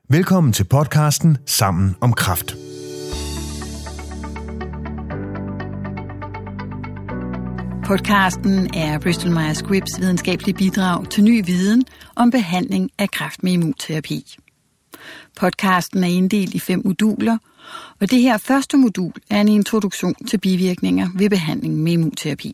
Velkommen til podcasten Sammen om kræft. Podcasten er Bristol Myers Squibbs videnskabelige bidrag til ny viden om behandling af kræft med immunterapi. Podcasten er inddelt i 5 moduler, og det her første modul er en introduktion til bivirkninger ved behandling med immunterapi.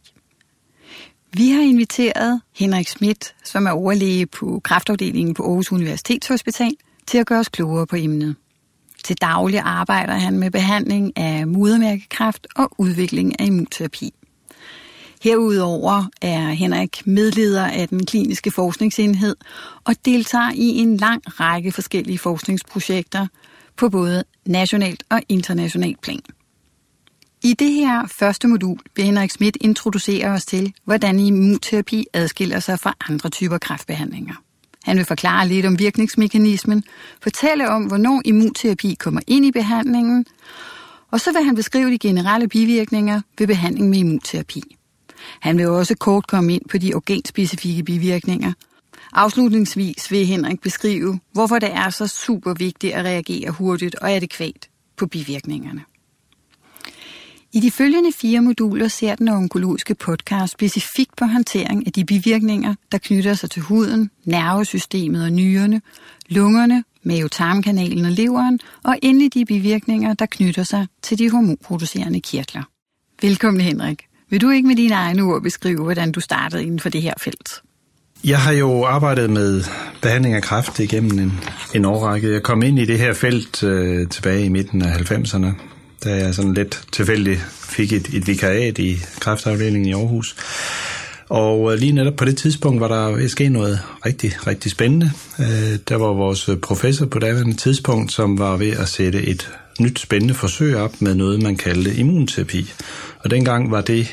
Vi har inviteret Henrik Schmidt, som er overlæge på kræftafdelingen på Aarhus Universitetshospital, til at gøre os klogere på emnet. Til daglig arbejder han med behandling af modermærkekræft og udvikling af immunterapi. Herudover er Henrik medleder af den kliniske forskningsenhed og deltager i en lang række forskellige forskningsprojekter på både nationalt og internationalt plan. I det her første modul vil Henrik Schmidt introducere os til, hvordan immunterapi adskiller sig fra andre typer kræftbehandlinger. Han vil forklare lidt om virkningsmekanismen, fortælle om, hvornår immunterapi kommer ind i behandlingen, og så vil han beskrive de generelle bivirkninger ved behandling med immunterapi. Han vil også kort komme ind på de organspecifikke bivirkninger. Afslutningsvis vil Henrik beskrive, hvorfor det er så super vigtigt at reagere hurtigt og adækvat på bivirkningerne. I de følgende 4 moduler ser den onkologiske podcast specifikt på håndtering af de bivirkninger, der knytter sig til huden, nervesystemet og nyrerne, lungerne, mave-tarmkanalen og leveren, og endelig de bivirkninger, der knytter sig til de hormonproducerende kirtler. Velkommen, Henrik. Vil du ikke med dine egne ord beskrive, hvordan du startede inden for det her felt? Jeg har jo arbejdet med behandling af kræft igennem en årrække. Jeg kom ind i det her felt tilbage i midten af 90'erne, da jeg sådan lidt tilfældigt fik et vikariat i kræftafdelingen i Aarhus. Og lige netop på det tidspunkt var der sket noget rigtig, rigtig spændende. Der var vores professor på daværende tidspunkt, som var ved at sætte et nyt spændende forsøg op med noget, man kaldte immunterapi. Og dengang var det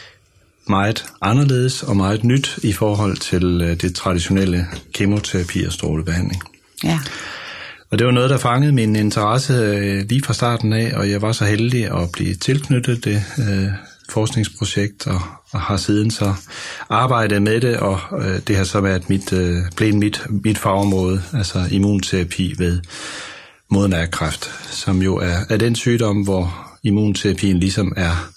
meget anderledes og meget nyt i forhold til det traditionelle kemoterapi og strålebehandling. Ja. Og det var noget, der fangede min interesse lige fra starten af, og jeg var så heldig at blive tilknyttet det forskningsprojekt, og har siden så arbejdet med det, og det har så været mit fagområde, altså immunterapi ved modermærkekræft, som jo er den sygdom, hvor immunterapien ligesom er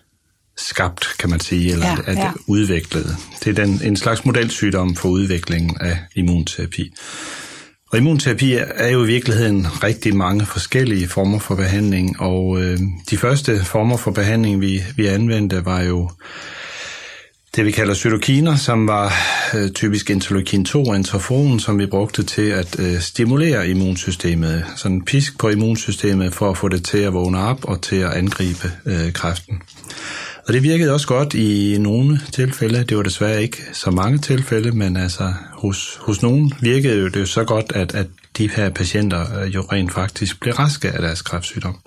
skabt, kan man sige, eller udviklet. Det er en slags modelsygdom for udviklingen af immunterapi. Og immunterapi er jo i virkeligheden rigtig mange forskellige former for behandling, og de første former for behandling, vi anvendte, var jo det, vi kalder cytokiner, som var typisk interleukin 2 og interferon, som vi brugte til at stimulere immunsystemet, sådan en pisk på immunsystemet for at få det til at vågne op og til at angribe kræften. Og det virkede også godt i nogle tilfælde. Det var desværre ikke så mange tilfælde, men altså hos nogen virkede det jo så godt, at de her patienter jo rent faktisk blev raske af deres kræftsygdom.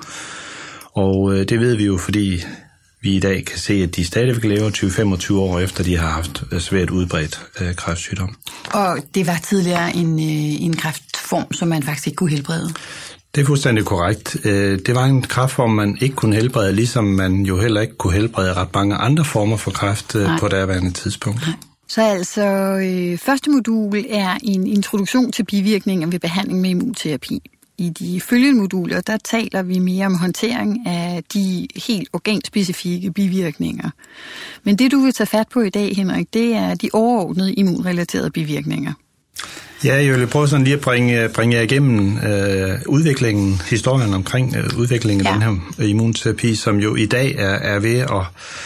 Og det ved vi jo, fordi vi i dag kan se, at de stadigvæk lever 20-25 år efter, de har haft svært udbredt kræftsygdom. Og det var tidligere en kræftform, som man faktisk ikke kunne helbrede? Det er fuldstændig korrekt. Det var en kræftform, man ikke kunne helbrede, ligesom man jo heller ikke kunne helbrede ret mange andre former for kræft på derværende tidspunkt. Nej. Så altså, første modul er en introduktion til bivirkninger ved behandling med immunterapi. I de følgende moduler, der taler vi mere om håndtering af de helt organspecifikke bivirkninger. Men det, du vil tage fat på i dag, Henrik, det er de overordnede immunrelaterede bivirkninger. Ja, jeg vil prøve sådan lige at bringe jer igennem udviklingen, historien omkring udviklingen af den her immunterapi, som jo i dag er ved at,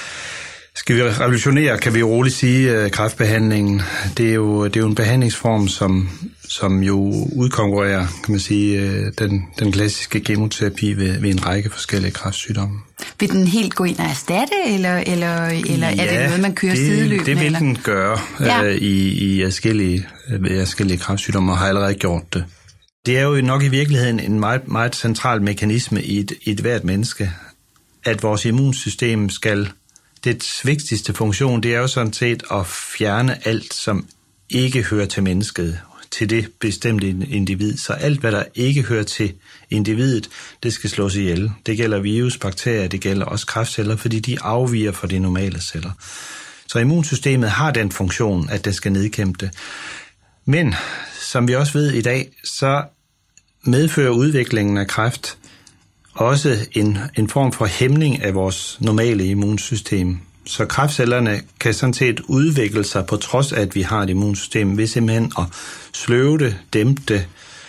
skal vi revolutionere, kan vi roligt sige, kræftbehandlingen. Det er jo en behandlingsform, som jo udkonkurrerer, kan man sige, den klassiske kemoterapi ved en række forskellige kræftsygdomme. Vil den helt gå ind og erstatte, eller er det noget, man kører sideløbende? Det vil den gøre i forskellige kræftsygdomme, og har allerede gjort det. Det er jo nok i virkeligheden en meget, meget central mekanisme i et hvert menneske, at vores immunsystem dets vigtigste funktion, det er jo sådan set at fjerne alt, som ikke hører til mennesket, til det bestemte individ. Så alt, hvad der ikke hører til individet, det skal slås ihjel. Det gælder virus, bakterier, det gælder også kræftceller, fordi de afviger fra de normale celler. Så immunsystemet har den funktion, at det skal nedkæmpe det. Men som vi også ved i dag, så medfører udviklingen af kræft også en form for hæmning af vores normale immunsystem. Så kræftcellerne kan sådan set udvikle sig på trods af, at vi har et immunsystem, ved simpelthen at sløve det, dæmpe det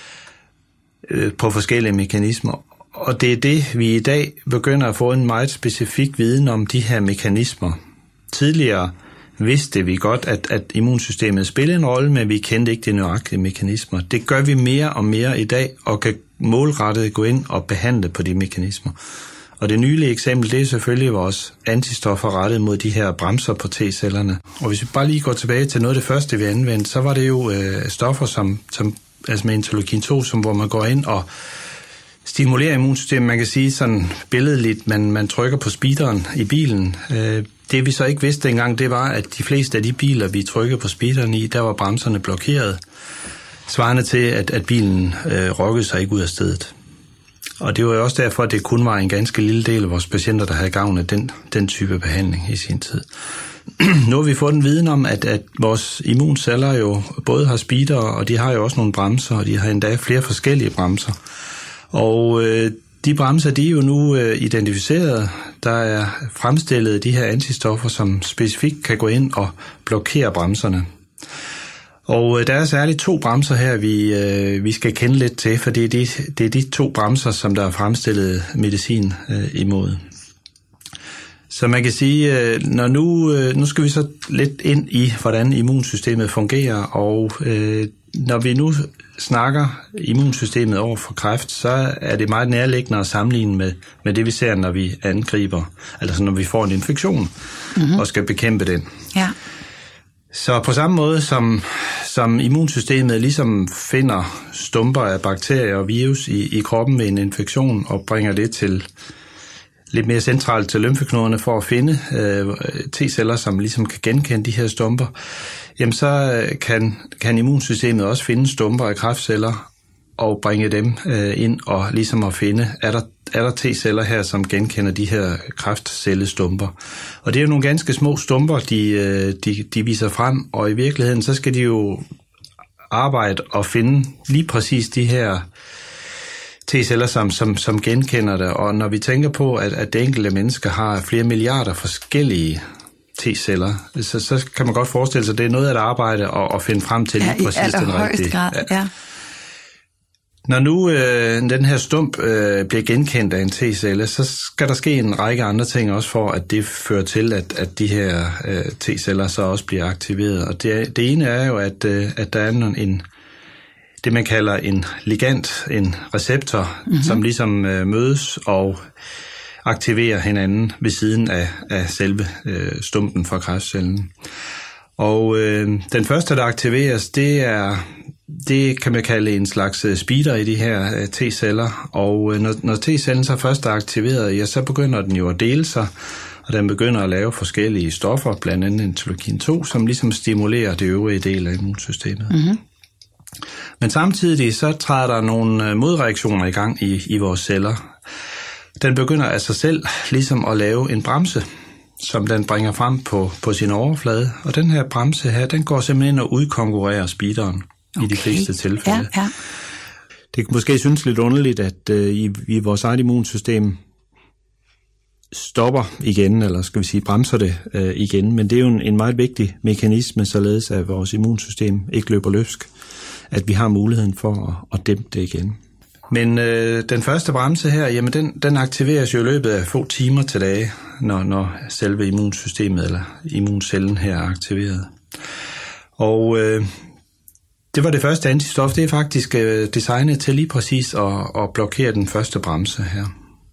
på forskellige mekanismer. Og det er det, vi i dag begynder at få en meget specifik viden om de her mekanismer. Tidligere vidste vi godt, at immunsystemet spiller en rolle, men vi kendte ikke de nøjagtige mekanismer. Det gør vi mere og mere i dag, og kan målrettet gå ind og behandle på de mekanismer. Og det nylige eksempel, det er selvfølgelig vores antistoffer rettet mod de her bremser på T-cellerne. Og hvis vi bare lige går tilbage til noget af det første, vi anvendte, så var det jo stoffer som altså med interleukin 2, hvor man går ind og stimulerer immunsystemet. Man kan sige sådan billedligt, man trykker på speederen i bilen. Det vi så ikke vidste dengang, det var, at de fleste af de biler, vi trykkede på speederen i, der var bremserne blokeret, svarende til, at bilen rokkede sig ikke ud af stedet. Og det var jo også derfor, at det kun var en ganske lille del af vores patienter, der havde gavn af den type behandling i sin tid. Nu har vi fået en viden om, at vores immunceller jo både har speeder, og de har jo også nogle bremser, og de har endda flere forskellige bremser. Og de bremser, de er jo nu identificeret. Der er fremstillet de her antistoffer, som specifikt kan gå ind og blokere bremserne. Og der er særligt 2 bremser her, vi skal kende lidt til, for det er de 2 bremser, som der er fremstillet medicin imod. Så man kan sige, når nu skal vi så lidt ind i, hvordan immunsystemet fungerer, og når vi nu snakker immunsystemet over for kræft, så er det meget nærliggende at sammenligne med det, vi ser, når vi angriber, altså når vi får en infektion og skal bekæmpe den. Ja. Så på samme måde som immunsystemet ligesom finder stumper af bakterier og virus i kroppen ved en infektion og bringer det til lidt mere centralt til lymfeknuderne for at finde T-celler, som ligesom kan genkende de her stumper, jamen så kan immunsystemet også finde stumper af kræftceller og bringe dem ind og ligesom at finde, er der T-celler her, som genkender de her kræftcellestumper. Og det er jo nogle ganske små stumper, de viser frem, og i virkeligheden så skal de jo arbejde og finde lige præcis de her T-celler, som genkender det. Og når vi tænker på, at det enkelte menneske har flere milliarder forskellige T-celler, så kan man godt forestille sig, at det er noget af et arbejde at finde frem til lige præcis den rigtige. Grad, ja. Når nu den her stump bliver genkendt af en T-celle, så skal der ske en række andre ting også for, at det fører til, at de her T-celler så også bliver aktiveret. Og det ene er jo, at der er det man kalder en ligand, en receptor, som ligesom mødes og aktiverer hinanden ved siden af selve stumpen fra kræftcellen. Og den første, der aktiveres, det kan man kalde en slags speeder i de her T-celler, og når T-cellen så først er aktiveret, ja, så begynder den jo at dele sig, og den begynder at lave forskellige stoffer, blandt andet interleukin 2, som ligesom stimulerer det øvrige del af immunsystemet. Mm-hmm. Men samtidig så træder der nogle modreaktioner i gang i vores celler. Den begynder af sig selv ligesom at lave en bremse, som den bringer frem på sin overflade, og den her bremse her, den går simpelthen og udkonkurrerer speederen. I de fleste tilfælde. Ja. Det kan måske synes lidt underligt, at i vores eget immunsystem stopper igen, eller skal vi sige bremser det igen, men det er jo en meget vigtig mekanisme, således at vores immunsystem ikke løber løbsk, at vi har muligheden for at dæmpe det igen. Men den første bremse her, jamen den aktiveres jo i løbet af få timer til dage, når selve immunsystemet eller immuncellen her er aktiveret. Og det var det første antistof. Det er faktisk designet til lige præcis at blokere den første bremse her.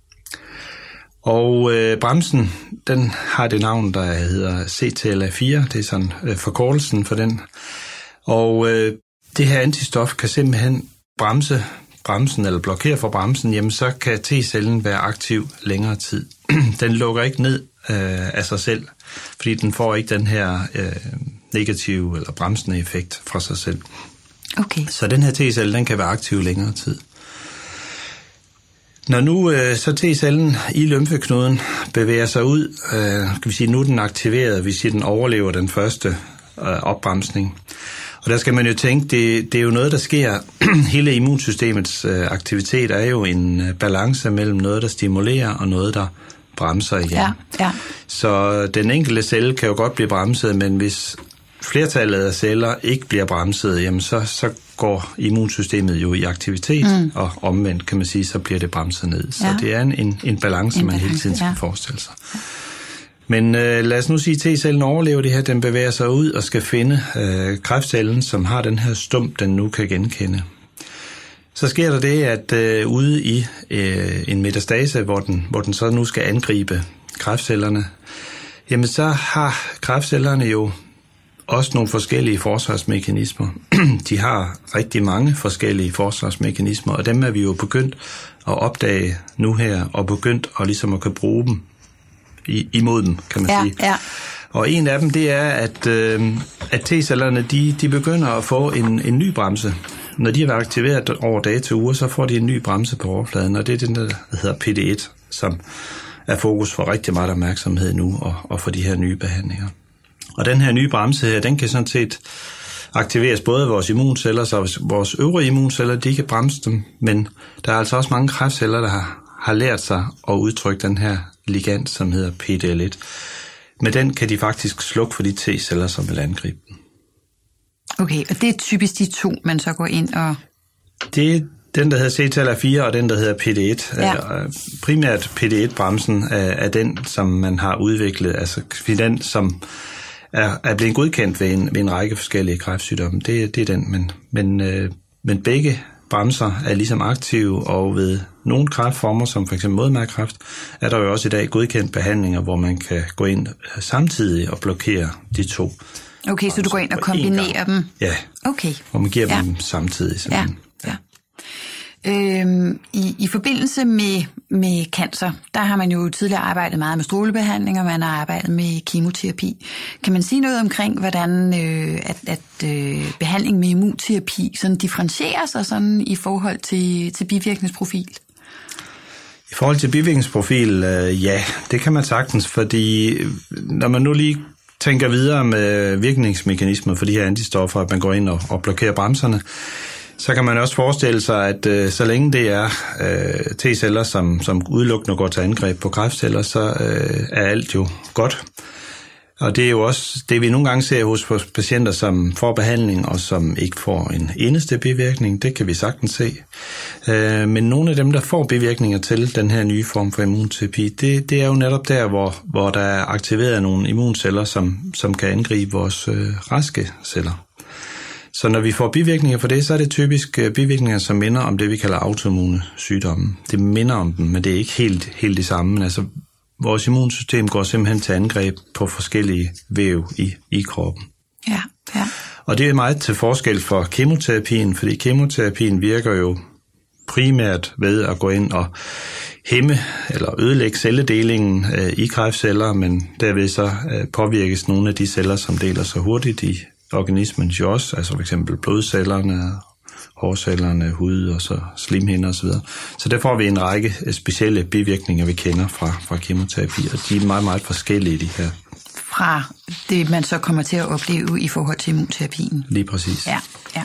Og bremsen, den har det navn, der hedder CTLA4. Det er sådan forkortelsen for den. Og det her antistof kan simpelthen bremse bremsen eller blokere for bremsen. Jamen så kan T-cellen være aktiv længere tid. Den lukker ikke ned af sig selv, fordi den får ikke den her negative eller bremsende effekt fra sig selv. Okay. Så den her T-celle, den kan være aktiv længere tid. Når nu så T-cellen i lymfeknuden bevæger sig ud, kan vi sige, nu er den aktiveret, vi siger, den overlever den første opbremsning. Og der skal man jo tænke, det er jo noget, der sker. Hele immunsystemets aktivitet er jo en balance mellem noget, der stimulerer, og noget, der bremser igen. Ja. Så den enkelte celle kan jo godt blive bremset, men hvis flertallet af celler ikke bliver bremset, jamen så går immunsystemet jo i aktivitet, og omvendt kan man sige, så bliver det bremset ned. Så det er en balance, man hele tiden skal forestille sig. Men lad os nu sige, at T-cellen overlever det her, den bevæger sig ud og skal finde kræftcellen, som har den her stump, den nu kan genkende. Så sker der det, at ude i en metastase, hvor den så nu skal angribe kræftcellerne, jamen så har kræftcellerne jo også nogle forskellige forsvarsmekanismer. De har rigtig mange forskellige forsvarsmekanismer, og dem er vi jo begyndt at opdage nu her, og begyndt at ligesom at kan bruge dem imod dem, kan man sige. Ja. Og en af dem, det er, at T-cellerne, de begynder at få en ny bremse. Når de har været aktiveret over dage til uger, så får de en ny bremse på overfladen, og det er den, der hedder PD1, som er fokus for rigtig meget opmærksomhed nu, og for de her nye behandlinger. Og den her nye bremse her, den kan sådan set aktiveres både af vores immunceller, så vores øvrige immunceller, de kan bremse dem, men der er altså også mange kræftceller, der har lært sig at udtrykke den her ligand, som hedder PDL1. Med den kan de faktisk slukke for de T-celler, som vil angribe dem. Okay, og det er typisk de to, man så går ind og... Det er den, der hedder CTLA4, og den, der hedder PD1. Ja. Primært PD1-bremsen er den, som man har udviklet, altså den, som er blevet godkendt ved en række forskellige kræftsygdomme. Det er den, men begge bremser er ligesom aktive, og ved nogle kræftformer, som f.eks. modermærkekræft, er der jo også i dag godkendt behandlinger, hvor man kan gå ind samtidig og blokere de to. Okay, så du går ind og kombinerer dem? Ja, okay. Og man giver dem samtidig. Simpelthen. Ja. I forbindelse med cancer, der har man jo tidligere arbejdet meget med strålebehandling, og man har arbejdet med kemoterapi. Kan man sige noget omkring, hvordan behandling med immunterapi sådan differentierer sig sådan i forhold til bivirkningsprofil? I forhold til bivirkningsprofil, ja, det kan man sagtens, fordi når man nu lige tænker videre med virkningsmekanismer for de her antistoffer, at man går ind og blokerer bremserne, så kan man også forestille sig, at så længe det er T-celler, som udelukkende går til angreb på kræftceller, så er alt jo godt. Og det er jo også det, vi nogle gange ser hos patienter, som får behandling og som ikke får en eneste bivirkning. Det kan vi sagtens se. Men nogle af dem, der får bivirkninger til den her nye form for immunterapi, det er jo netop der, hvor der er aktiveret nogle immunceller, som kan angribe vores raske celler. Så når vi får bivirkninger for det, så er det typisk bivirkninger, som minder om det, vi kalder autoimmune sygdomme. Det minder om dem, men det er ikke helt det samme. Men altså, vores immunsystem går simpelthen til angreb på forskellige væv i kroppen. Ja. Og det er meget til forskel for kemoterapien, fordi kemoterapien virker jo primært ved at gå ind og hæmme eller ødelægge celledelingen i kræftceller, men derved så påvirkes nogle af de celler, som deler sig hurtigt i organismen jo også, altså for eksempel blodcellerne, hårcellerne, hud og så slimhinder osv. Så der får vi en række specielle bivirkninger, vi kender fra kemoterapi, og de er meget, meget forskellige, de her. Fra det, man så kommer til at opleve i forhold til immunterapien. Lige præcis. Ja.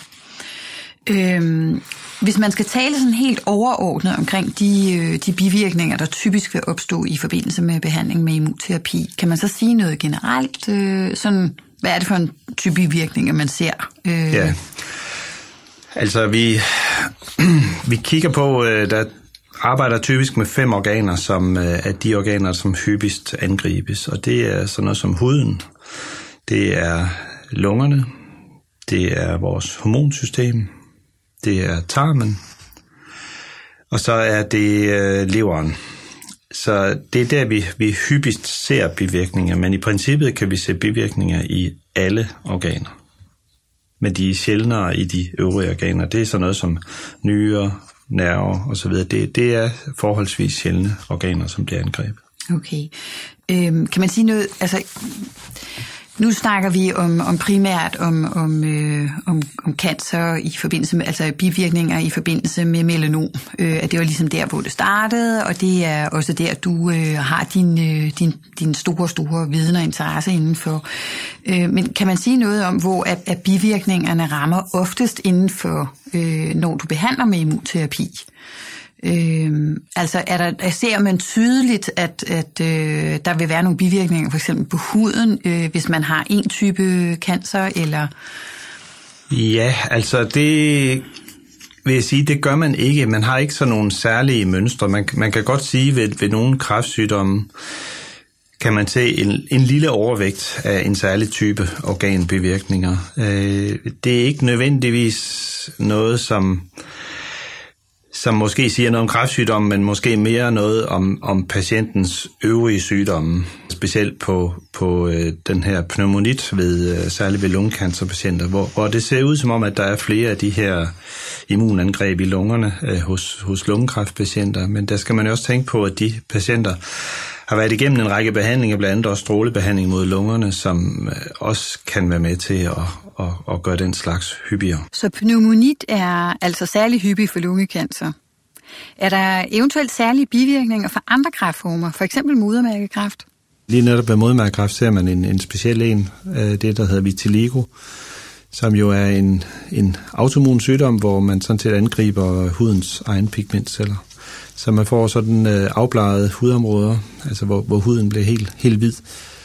Hvis man skal tale sådan helt overordnet omkring de bivirkninger, der typisk vil opstå i forbindelse med behandling med immunterapi, kan man så sige noget generelt? Hvad er det for en type bivirkninger, man ser? Ja, altså vi kigger på, der arbejder typisk med 5 organer, som er de organer, som hyppigst angribes. Og det er sådan noget som huden, det er lungerne, det er vores hormonsystem, det er tarmen, og så er det leveren. Så det er der, vi hyppigst ser bivirkninger, men i princippet kan vi se bivirkninger i alle organer. Men de er sjældnere i de øvrige organer. Det er sådan noget som nyrer, nerver osv. Det er forholdsvis sjældne organer, som bliver angrebet. Okay. Kan man sige noget, altså Nu snakker vi om primært om cancer i forbindelse med, altså bivirkninger i forbindelse med melanom. At det var ligesom der, hvor det startede, og det er også der, du har din store viden og interesse indenfor. Men kan man sige noget om, hvor at bivirkningerne rammer oftest indenfor, når du behandler med immunterapi? Altså ser man tydeligt, at der vil være nogle bivirkninger, for eksempel på huden, hvis man har en type cancer, eller? Ja, altså det vil jeg sige, det gør man ikke. Man har ikke sådan nogle særlige mønstre. Man kan godt sige, ved nogle kræftsygdomme, kan man se en lille overvægt af en særlig type organbivirkninger. Det er ikke nødvendigvis noget, som måske siger noget om kræftsygdomme, men måske mere noget om patientens øvrige sygdomme, specielt på den her pneumonit, særligt ved lungecancerpatienter, hvor det ser ud som om, at der er flere af de her immunangreb i lungerne hos lungekræftpatienter, men der skal man jo også tænke på, at de patienter har været igennem en række behandlinger, blandt andet også strålebehandling mod lungerne, som også kan være med til at gøre den slags hyppigere. Så pneumonit er altså særlig hyppig for lungecancer. Er der eventuelt særlige bivirkninger for andre kræftformer, for eksempel modermærkekræft? Lige netop ved modermærkekræft ser man en speciel det der hedder vitiligo, som jo er en autoimmun sygdom, hvor man sådan set angriber hudens egen pigmentceller. Så man får sådan afbladede hudområder, altså hvor huden bliver helt hvid.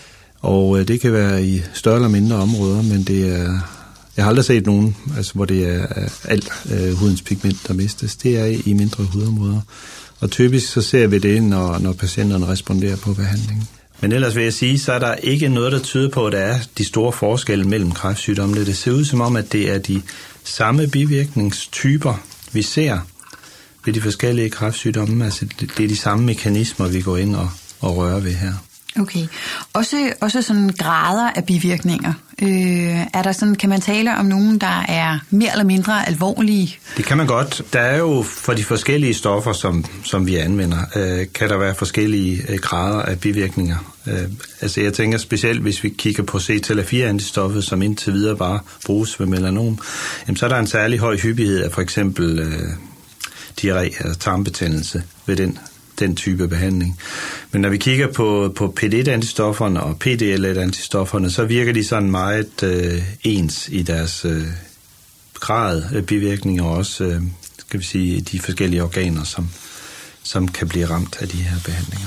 Og det kan være i større eller mindre områder, men jeg har aldrig set nogen, altså hvor det er alt hudens pigment, der mistes. Det er i mindre hudområder. Og typisk så ser vi det, når patienterne responderer på behandlingen. Men ellers vil jeg sige, så er der ikke noget, der tyder på, at der er de store forskelle mellem kræftsygdommene. Det ser ud som om, at det er de samme bivirkningstyper, vi ser ved de forskellige kræftsygdomme. Altså det er de samme mekanismer, vi går ind og rører ved her. Okay. Også sådan grader af bivirkninger. Er der sådan, kan man tale om nogen, der er mere eller mindre alvorlige? Det kan man godt. Der er jo for de forskellige stoffer, som vi anvender, kan der være forskellige grader af bivirkninger. Altså jeg tænker specielt, hvis vi kigger på CTLA-4-antistoffet, som indtil videre bare bruges ved melanom, så er der en særlig høj hyppighed af for eksempel diarré eller tarmbetændelse ved den type behandling. Men når vi kigger på PD1-antistofferne og PDL1-antistofferne, så virker de sådan meget ens i deres grad af bivirkninger, og også skal vi sige, de forskellige organer, som kan blive ramt af de her behandlinger.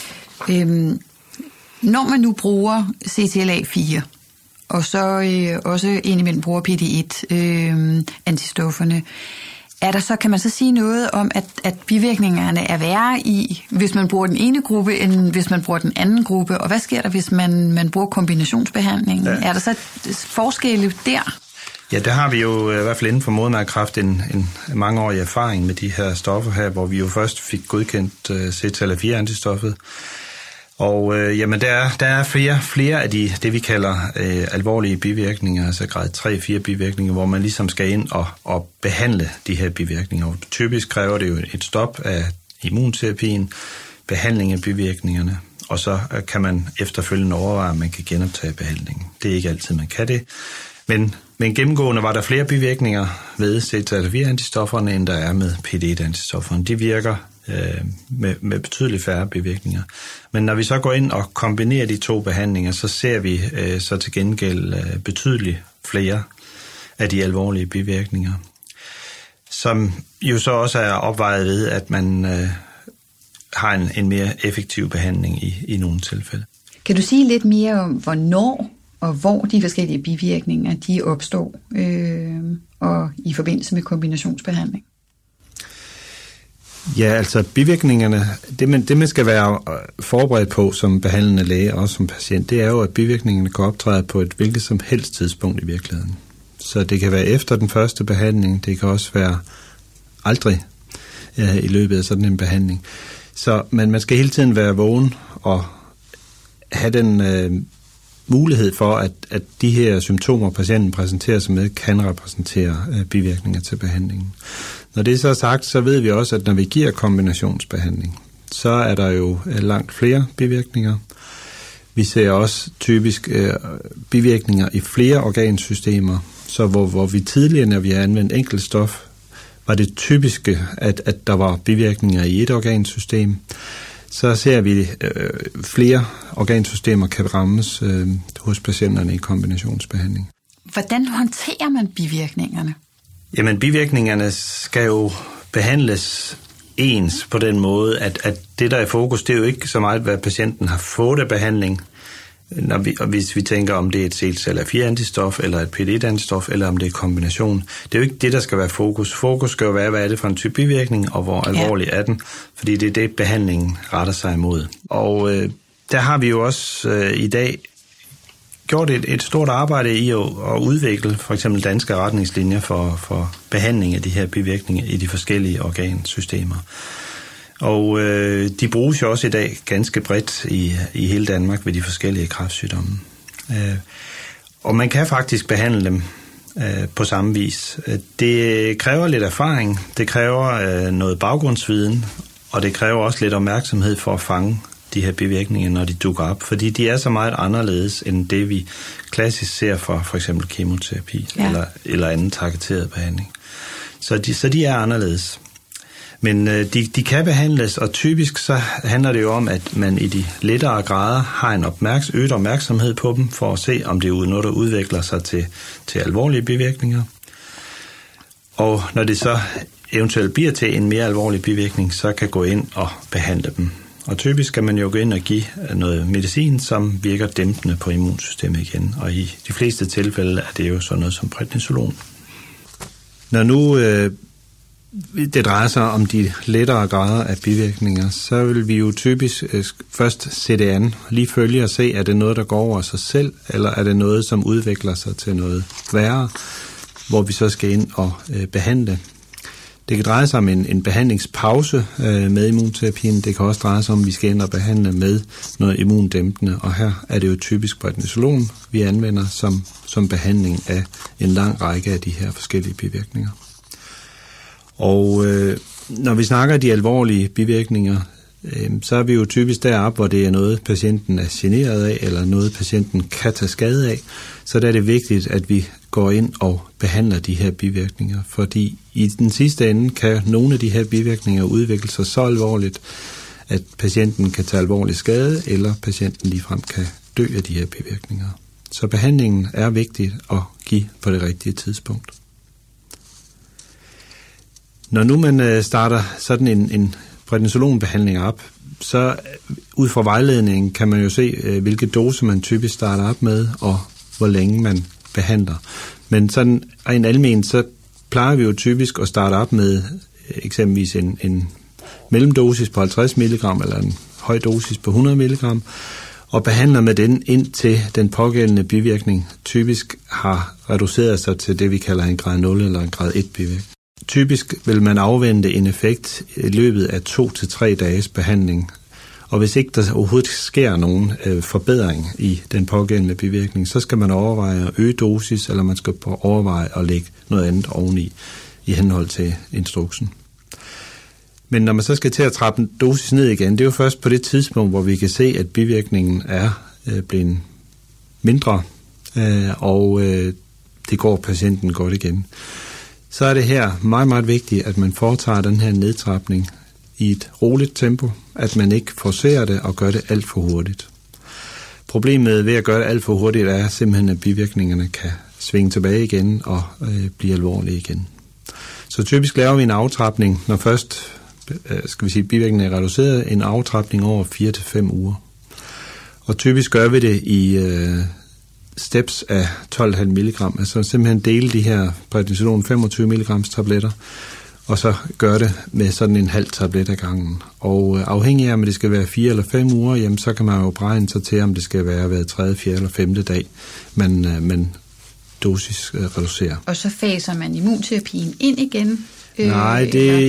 Når man nu bruger CTLA-4, og så også indimellem bruger PD1-antistofferne, kan man så sige noget om, at bivirkningerne er værre hvis man bruger den ene gruppe, end hvis man bruger den anden gruppe? Og hvad sker der, hvis man bruger kombinationsbehandlingen? Ja. Er der så forskelle der? Ja, der har vi jo i hvert fald inden for modermærkekræft en mangeårig erfaring med de her stoffer her, hvor vi jo først fik godkendt CTLA-4-antistoffet. Og jamen, der er flere af det vi kalder alvorlige bivirkninger, altså grad 3-4 bivirkninger, hvor man ligesom skal ind og behandle de her bivirkninger. Og typisk kræver det jo et stop af immunterapien, behandling af bivirkningerne, og så kan man efterfølgende overveje, at man kan genoptage behandlingen. Det er ikke altid, man kan det. Men gennemgående var der flere bivirkninger ved CTLA-4-antistofferne, end der er med PD1-antistofferne. De virker med betydeligt færre bivirkninger. Men når vi så går ind og kombinerer de to behandlinger, så ser vi så til gengæld betydeligt flere af de alvorlige bivirkninger, som jo så også er opvejet ved, at man har en mere effektiv behandling i nogle tilfælde. Kan du sige lidt mere om, hvornår og hvor de forskellige bivirkninger de opstår, og i forbindelse med kombinationsbehandling? Ja, altså bivirkningerne, det man skal være forberedt på som behandlende læge og som patient, det er jo, at bivirkningerne kan optræde på et hvilket som helst tidspunkt i virkeligheden. Så det kan være efter den første behandling, det kan også være aldrig i løbet af sådan en behandling. Men man skal hele tiden være vågen og have den mulighed for, at de her symptomer, patienten præsenterer sig med, kan repræsentere bivirkninger til behandlingen. Når det er så sagt, så ved vi også, at når vi giver kombinationsbehandling, så er der jo langt flere bivirkninger. Vi ser også typisk bivirkninger i flere organsystemer, så hvor vi tidligere, når vi har anvendt enkelt stof, var det typiske, at der var bivirkninger i et organsystem. Så ser vi flere organsystemer kan rammes hos patienterne i kombinationsbehandling. Hvordan håndterer man bivirkningerne? Jamen, bivirkningerne skal jo behandles ens på den måde, at det, der er i fokus, det er jo ikke så meget, hvad patienten har fået af behandling, hvis vi tænker, om det er et CTLA-4-antistof, eller et PD-1-antistof, eller om det er kombination. Det er jo ikke det, der skal være fokus. Fokus skal jo være, hvad er det for en type bivirkning, og hvor alvorlig er den, fordi det er det, behandlingen retter sig imod. Og der har vi jo også i dag gjort et stort arbejde i at udvikle for eksempel danske retningslinjer for behandling af de her bivirkninger i de forskellige organsystemer. Og de bruges jo også i dag ganske bredt i hele Danmark ved de forskellige kræftsygdomme. Og man kan faktisk behandle dem på samme vis. Det kræver lidt erfaring, det kræver noget baggrundsviden, og det kræver også lidt opmærksomhed for at fange de her bivirkninger, når de dukker op, fordi de er så meget anderledes end det, vi klassisk ser for eksempel kemoterapi eller anden targeteret behandling. Så de er anderledes. Men de kan behandles, og typisk så handler det jo om, at man i de lettere grader har en øget opmærksomhed på dem, for at se, om det er noget, der udvikler sig til alvorlige bivirkninger. Og når det så eventuelt bliver til en mere alvorlig bivirkning, så kan gå ind og behandle dem. Og typisk kan man jo gå ind og give noget medicin, som virker dæmpende på immunsystemet igen. Og i de fleste tilfælde er det jo sådan noget som prednisolon. Når nu det drejer sig om de lettere grader af bivirkninger, så vil vi jo typisk først se det an, lige følge og se, er det noget, der går over sig selv, eller er det noget, som udvikler sig til noget værre, hvor vi så skal ind og behandle. Det kan dreje sig om en behandlingspause med immunterapien. Det kan også dreje sig om, at vi skal ind og behandle med noget immundæmpende. Og her er det jo typisk prednisolon, vi anvender som behandling af en lang række af de her forskellige bivirkninger. Og når vi snakker de alvorlige bivirkninger, så er vi jo typisk deroppe, hvor det er noget, patienten er generet af, eller noget, patienten kan tage skade af. Så der er det vigtigt, at vi går ind og behandler de her bivirkninger, fordi i den sidste ende kan nogle af de her bivirkninger udvikle sig så alvorligt, at patienten kan tage alvorlig skade, eller patienten ligefrem kan dø af de her bivirkninger. Så behandlingen er vigtig at give på det rigtige tidspunkt. Når nu man starter sådan en prednisolonbehandling op, så ud fra vejledningen kan man jo se, hvilke doser man typisk starter op med, og hvor længe man behandler. Men sådan en almen, så plejer vi jo typisk at starte op med eksempelvis en mellemdosis på 50 mg, eller en høj dosis på 100 mg, og behandler med den indtil den pågældende bivirkning typisk har reduceret sig til det, vi kalder en grad 0 eller en grad 1 bivirkning. Typisk vil man afvente en effekt i løbet af 2 til 3 dages behandling. Og hvis ikke der overhovedet sker nogen forbedring i den pågældende bivirkning, så skal man overveje at øge dosis, eller man skal overveje at lægge noget andet oveni i henhold til instruksen. Men når man så skal til at trappe en dosis ned igen, det er jo først på det tidspunkt, hvor vi kan se, at bivirkningen er blevet mindre, og det går patienten godt igen. Så er det her meget, meget vigtigt, at man foretager den her nedtrapning i et roligt tempo, at man ikke forcerer det og gør det alt for hurtigt. Problemet ved at gøre det alt for hurtigt er simpelthen, at bivirkningerne kan svinge tilbage igen og blive alvorlige igen. Så typisk laver vi en aftrapning, når først bivirkningen er reduceret, en aftrapning over 4 til 5 uger. Og typisk gør vi det i steps af 12,5 mg, altså simpelthen dele de her prednisolon 25 mg tabletter, og så gør det med sådan en halv tablet ad gangen. Og afhængig af, om det skal være 4 eller 5 uger, jamen, så kan man jo beregne sig til, om det skal være hver 3., 4. eller 5. dag, man dosis reducerer. Og så faser man immunterapien ind igen? Nej,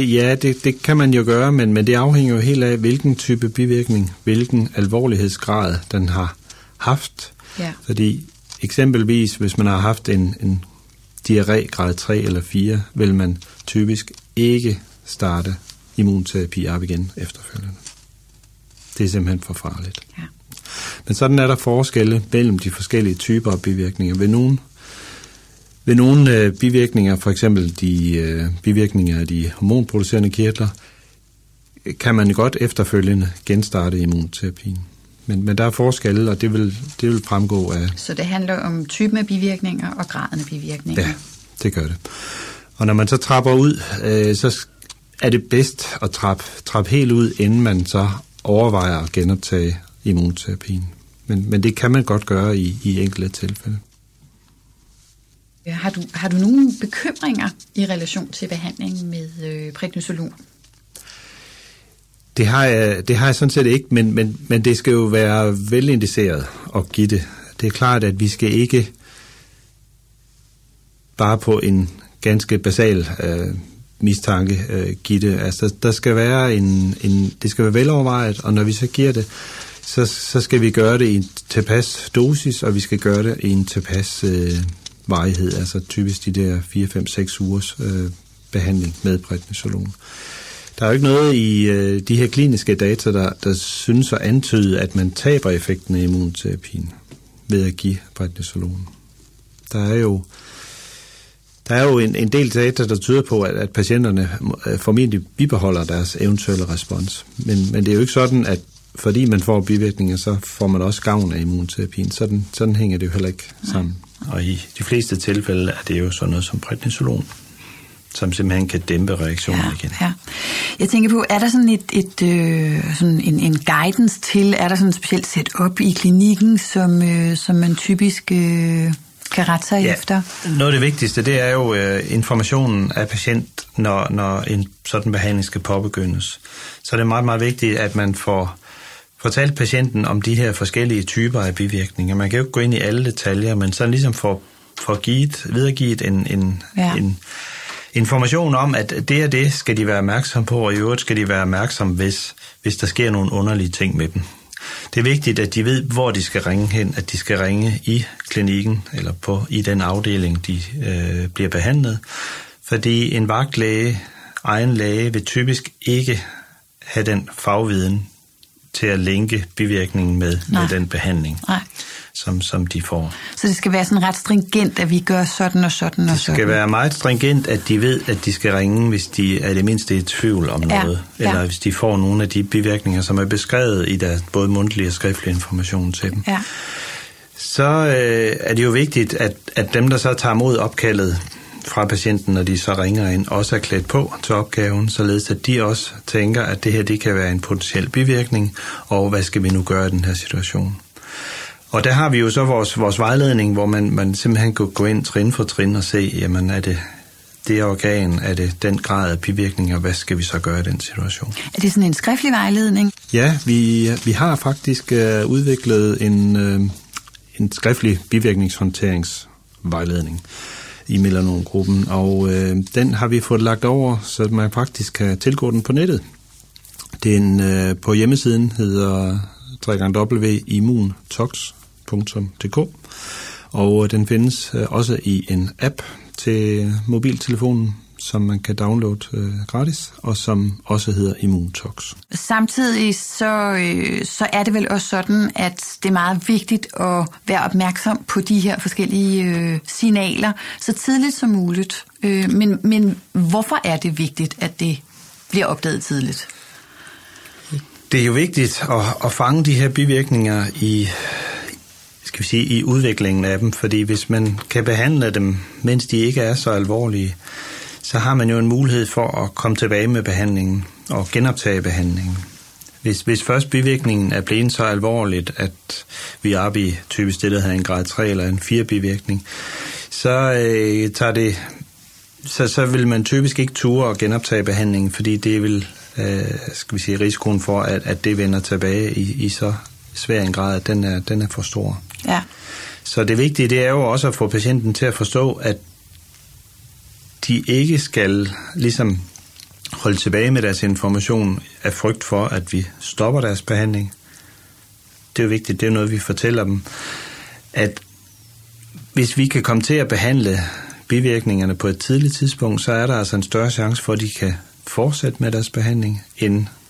det kan man jo gøre, men det afhænger jo helt af, hvilken type bivirkning, hvilken alvorlighedsgrad den har haft. Ja. Fordi eksempelvis, hvis man har haft en diarré grad 3 eller 4, vil man typisk ikke starte immunterapi op igen efterfølgende. Det er simpelthen for farligt. Ja. Men sådan er der forskelle mellem de forskellige typer af bivirkninger. Ved nogle bivirkninger, for eksempel de bivirkninger af de hormonproducerende kirtler, kan man godt efterfølgende genstarte immunterapien. Men der er forskelle, og det vil fremgå af... Så det handler om typen af bivirkninger og graden af bivirkninger? Ja, det gør det. Og når man så trapper ud, så er det bedst at trappe helt ud, inden man så overvejer at genoptage immunterapien. Men det kan man godt gøre i enkelte tilfælde. Har du nogle bekymringer i relation til behandling med prednisolon? Det har jeg sådan set ikke, men det skal jo være velindiceret at give det. Det er klart, at vi skal ikke bare på en ganske basal mistanke give det. Altså, der skal være det skal være velovervejet, og når vi så giver det, så skal vi gøre det i en tilpas dosis, og vi skal gøre det i en tilpas varighed, altså typisk de der 4-5-6 ugers behandling med prednisolon. Der er jo ikke noget i de her kliniske data, der synes at antyde, at man taber effekten af immunterapien ved at give prednisolon. Der er jo en del data, der tyder på, at patienterne formentlig bibeholder deres eventuelle respons. Men det er jo ikke sådan, at fordi man får bivirkninger, så får man også gavn af immunterapien. Sådan hænger det jo heller ikke sammen. Og i de fleste tilfælde er det jo sådan noget som prednisolon, som simpelthen kan dæmpe reaktionen igen. Ja. Jeg tænker på, er der sådan sådan en guidance til, er der sådan et specielt setup i klinikken, som man typisk kan rette sig efter? Noget af det vigtigste, det er jo informationen af patient, når en sådan behandling skal påbegyndes. Så er det meget, meget vigtigt, at man får fortalt patienten om de her forskellige typer af bivirkninger. Man kan jo ikke gå ind i alle detaljer, men så ligesom får videregivet en information om, at det skal de være opmærksom på, og i øvrigt skal de være opmærksom, hvis der sker nogle underlige ting med dem. Det er vigtigt, at de ved, hvor de skal ringe hen, at de skal ringe i klinikken eller i den afdeling, de bliver behandlet. Fordi en vagtlæge, egen læge, vil typisk ikke have den fagviden til at linke bivirkningen med den behandling, som de får. Så det skal være sådan ret stringent, at vi gør sådan og sådan og sådan? Det skal være meget stringent, at de ved, at de skal ringe, hvis de er det mindste i tvivl om noget, eller hvis de får nogle af de bivirkninger, som er beskrevet i deres både mundtlige og skriftlige information til dem. Ja. Så er det jo vigtigt, at dem, der så tager mod opkaldet fra patienten, når de så ringer ind, også er klædt på til opgaven, således at de også tænker, at det her det kan være en potentiel bivirkning, og hvad skal vi nu gøre i den her situation? Og der har vi jo så vores vejledning, hvor man simpelthen kan gå ind trin for trin og se, jamen er det organ, er det den grad af bivirkninger, hvad skal vi så gøre i den situation? Er det sådan en skriftlig vejledning? Ja, vi har faktisk udviklet en skriftlig bivirkningshåndteringsvejledning i melanongruppen, og den har vi fået lagt over, så man faktisk kan tilgå den på nettet. Den på hjemmesiden hedder www.immuntox.dk, og den findes også i en app til mobiltelefonen, som man kan downloade gratis, og som også hedder Immuntox. Samtidig så er det vel også sådan, at det er meget vigtigt at være opmærksom på de her forskellige signaler så tidligt som muligt. Men hvorfor er det vigtigt, at det bliver opdaget tidligt? Det er jo vigtigt at fange de her bivirkninger i udviklingen af dem, fordi hvis man kan behandle dem, mens de ikke er så alvorlige, så har man jo en mulighed for at komme tilbage med behandlingen og genoptage behandlingen. Hvis først bivirkningen er blevet så alvorligt, at vi er oppe i typisk det, der hedder en grad 3 eller en 4 bivirkning, så vil man typisk ikke ture at genoptage behandlingen, fordi det vil risikoen for, at det vender tilbage i så svær en grad, at den er for stor. Ja. Så det vigtige, det er jo også at få patienten til at forstå, at de ikke skal ligesom holde tilbage med deres information af frygt for, at vi stopper deres behandling. Det er jo vigtigt, det er noget, vi fortæller dem, at hvis vi kan komme til at behandle bivirkningerne på et tidligt tidspunkt, så er der altså en større chance for, at de kan fortsætte med deres behandling, end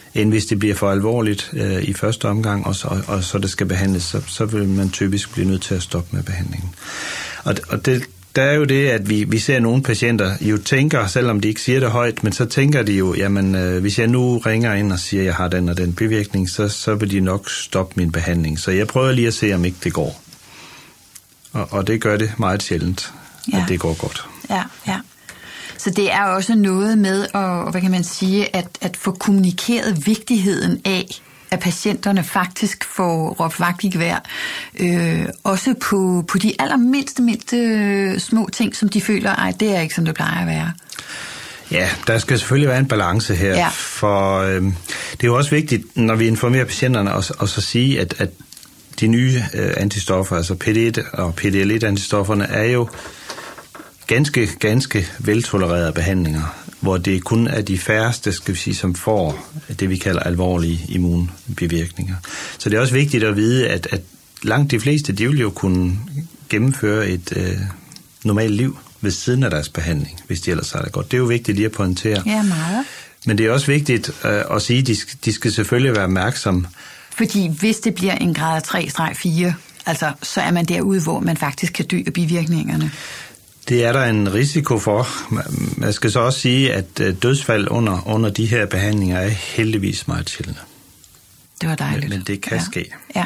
end hvis det bliver for alvorligt i første omgang, og så det skal behandles, så vil man typisk blive nødt til at stoppe med behandlingen. Og det, der er jo det, at vi ser nogle patienter jo tænker, selvom de ikke siger det højt, men så tænker de jo, jamen hvis jeg nu ringer ind og siger, at jeg har den og den bivirkning, så vil de nok stoppe min behandling. Så jeg prøver lige at se, om ikke det går. Og det gør det meget sjældent, at det går godt. Ja, ja. Så det er også noget med at, hvad kan man sige, at få kommunikeret vigtigheden af, at patienterne faktisk får råbt vagt i gevær, også på de allermindste små ting, som de føler, det er ikke, som det plejer at være. Ja, der skal selvfølgelig være en balance her, for det er jo også vigtigt, når vi informerer patienterne, og så sige, at de nye antistoffer, altså PD1 og PD-L1-antistofferne, er jo ganske veltolererede behandlinger, hvor det kun er de færreste, skal vi sige, som får det, vi kalder alvorlige immunbivirkninger. Så det er også vigtigt at vide, at langt de fleste, de vil jo kunne gennemføre et normalt liv ved siden af deres behandling, hvis de ellers har det godt. Det er jo vigtigt lige at pointere. Ja, meget. Men det er også vigtigt at sige, at de skal selvfølgelig være opmærksomme. Fordi hvis det bliver en grad 3-4, altså, så er man derude, hvor man faktisk kan dø af bivirkningerne. Det er der en risiko for. Man skal så også sige, at dødsfald under de her behandlinger er heldigvis meget sjældne. Det var dejligt. Men det kan ske. Ja.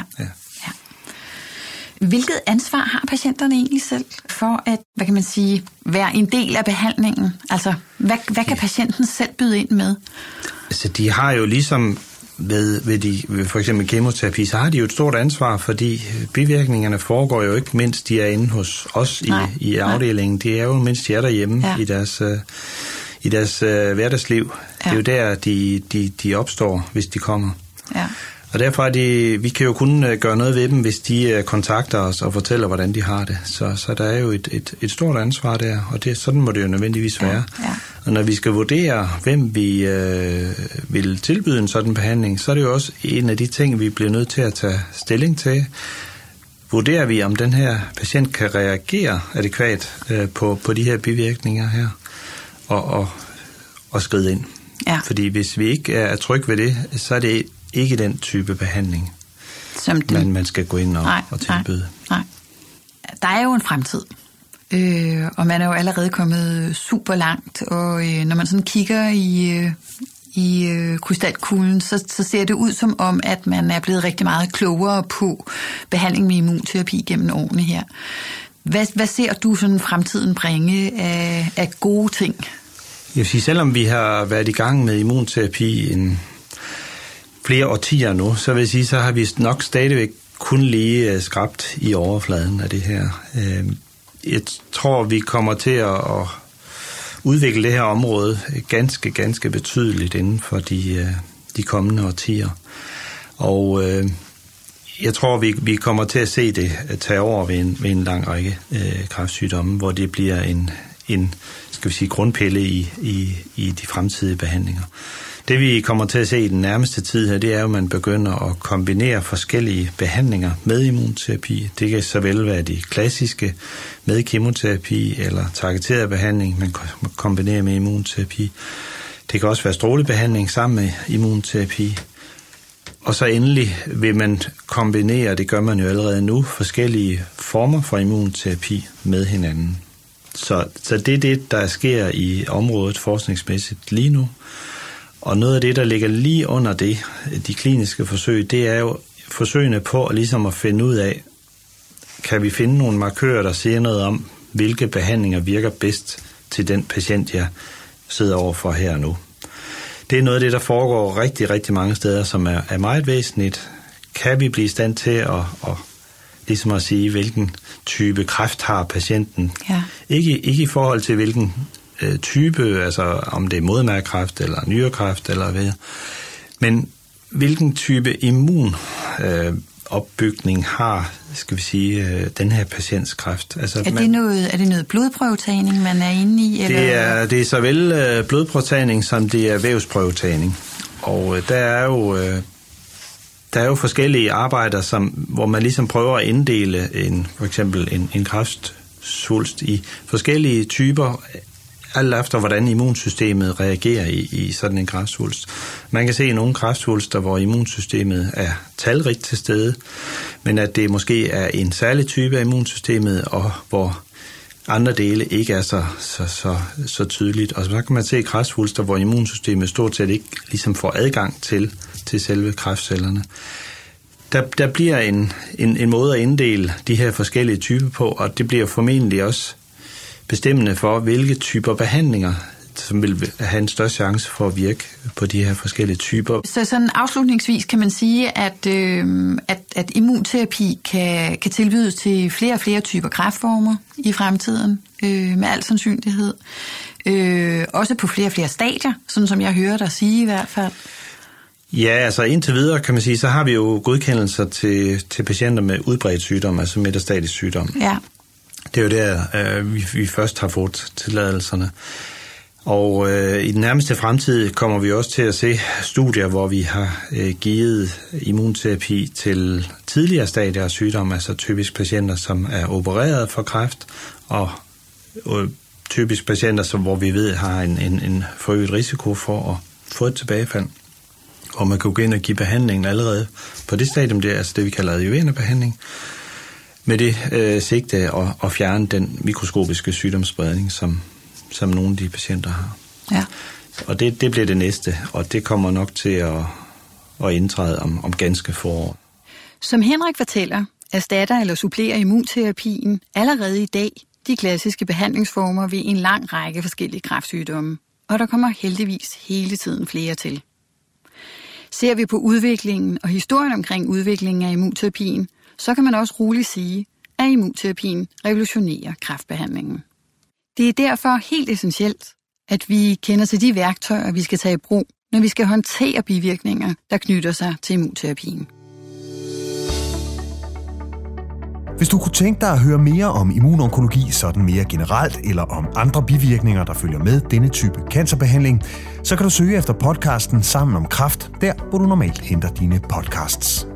Hvilket ansvar har patienterne egentlig selv for at, hvad kan man sige, være en del af behandlingen? Altså, hvad kan patienten selv byde ind med? Altså, de har jo ligesom ved for eksempel kemoterapi, så har de jo et stort ansvar, fordi bivirkningerne foregår jo ikke, mens de er inde hos os i afdelingen. Det er jo, mens de er derhjemme i deres hverdagsliv. Ja. Det er jo der, de opstår, hvis de kommer. Ja. Og derfor vi kan jo kun gøre noget ved dem, hvis de kontakter os og fortæller, hvordan de har det. Så der er jo et stort ansvar der, og sådan må det jo nødvendigvis være. Ja. Og når vi skal vurdere, hvem vi vil tilbyde en sådan behandling, så er det jo også en af de ting, vi bliver nødt til at tage stilling til. Vurderer vi, om den her patient kan reagere adækvat på de her bivirkninger her, og skride ind. Ja. Fordi hvis vi ikke er trygge ved det, så er det ikke den type behandling, som man skal gå ind og tilbyde. Nej. Der er jo en fremtid, og man er jo allerede kommet super langt, og når man sådan kigger i krystalkuglen, så ser det ud som om, at man er blevet rigtig meget klogere på behandling med immunterapi gennem årene her. Hvad ser du sådan fremtiden bringe af gode ting? Jeg vil sige, selvom vi har været i gang med immunterapi flere årtier nu, så vil jeg sige, så har vi nok stadigvæk kun lige skrabt i overfladen af det her. Jeg tror, vi kommer til at udvikle det her område ganske betydeligt inden for de kommende årtier. Og jeg tror, vi kommer til at se det tage over ved en lang række kræftsygdomme, hvor det bliver en skal vi sige, grundpille i de fremtidige behandlinger. Det vi kommer til at se i den nærmeste tid her, det er, at man begynder at kombinere forskellige behandlinger med immunterapi. Det kan såvel være de klassiske med kemoterapi eller targeteret behandling, man kombinerer med immunterapi. Det kan også være strålebehandling sammen med immunterapi. Og så endelig vil man kombinere, det gør man jo allerede nu, forskellige former for immunterapi med hinanden. Så det er det, der sker i området forskningsmæssigt lige nu. Og noget af det, der ligger lige under det, de kliniske forsøg, det er jo forsøgene på ligesom at finde ud af, kan vi finde nogle markører, der siger noget om, hvilke behandlinger virker bedst til den patient, jeg sidder overfor her nu. Det er noget af det, der foregår rigtig mange steder, som er meget væsentligt. Kan vi blive i stand til at ligesom at sige, hvilken type kræft har patienten? Ja. Ikke i forhold til hvilken type, altså om det er modermærkekræft eller nyrekræft eller hvad. Men hvilken type immunopbygning har, skal vi sige, den her patients kræft? Altså, er det noget blodprøvetagning, man er inde i? Eller? Det er såvel blodprøvetagning, som det er vævsprøvetagning. Og der er jo forskellige arbejder, hvor man ligesom prøver at inddele for eksempel en kræftsvulst i forskellige typer alt efter hvordan immunsystemet reagerer i sådan en kræftsvulst. Man kan se i nogle kræftsvulster, hvor immunsystemet er talrigt til stede, men at det måske er en særlig type af immunsystemet, og hvor andre dele ikke er så tydeligt. Og så kan man se kræftsvulster, hvor immunsystemet stort set ikke ligesom får adgang til selve kræftcellerne. Der bliver en måde at inddele de her forskellige typer på, og det bliver formentlig også bestemmende for, hvilke typer behandlinger, som vil have en større chance for at virke på de her forskellige typer. Så sådan afslutningsvis kan man sige, at immunterapi kan tilbydes til flere og flere typer kræftformer i fremtiden, med al sandsynlighed. Også på flere og flere stadier, sådan som jeg hører dig sige i hvert fald. Ja, altså indtil videre kan man sige, så har vi jo godkendelser til patienter med udbredt sygdom, altså metastatisk sygdom. Ja. Det er jo der, vi først har fået tilladelserne. Og i den nærmeste fremtid kommer vi også til at se studier, hvor vi har givet immunterapi til tidligere stadier af sygdom, altså typisk patienter, som er opereret for kræft, og typisk patienter, hvor vi ved har en forøget risiko for at få et tilbagefald. Og man kan gå ind og give behandlingen allerede på det stadium, det er altså det, vi kalder adjuverende behandling, med det sigte at fjerne den mikroskopiske sygdomsspredning, som nogle af de patienter har. Ja. Og det bliver det næste, og det kommer nok til at indtræde om ganske få år. Som Henrik fortæller, erstatter eller supplerer immunterapien allerede i dag de klassiske behandlingsformer ved en lang række forskellige kræftsygdomme, og der kommer heldigvis hele tiden flere til. Ser vi på udviklingen og historien omkring udviklingen af immunterapien, så kan man også roligt sige, at immunterapien revolutionerer kræftbehandlingen. Det er derfor helt essentielt, at vi kender til de værktøjer, vi skal tage i brug, når vi skal håndtere bivirkninger, der knytter sig til immunterapien. Hvis du kunne tænke dig at høre mere om immunonkologi sådan mere generelt, eller om andre bivirkninger, der følger med denne type cancerbehandling, så kan du søge efter podcasten Sammen om Kræft, der hvor du normalt henter dine podcasts.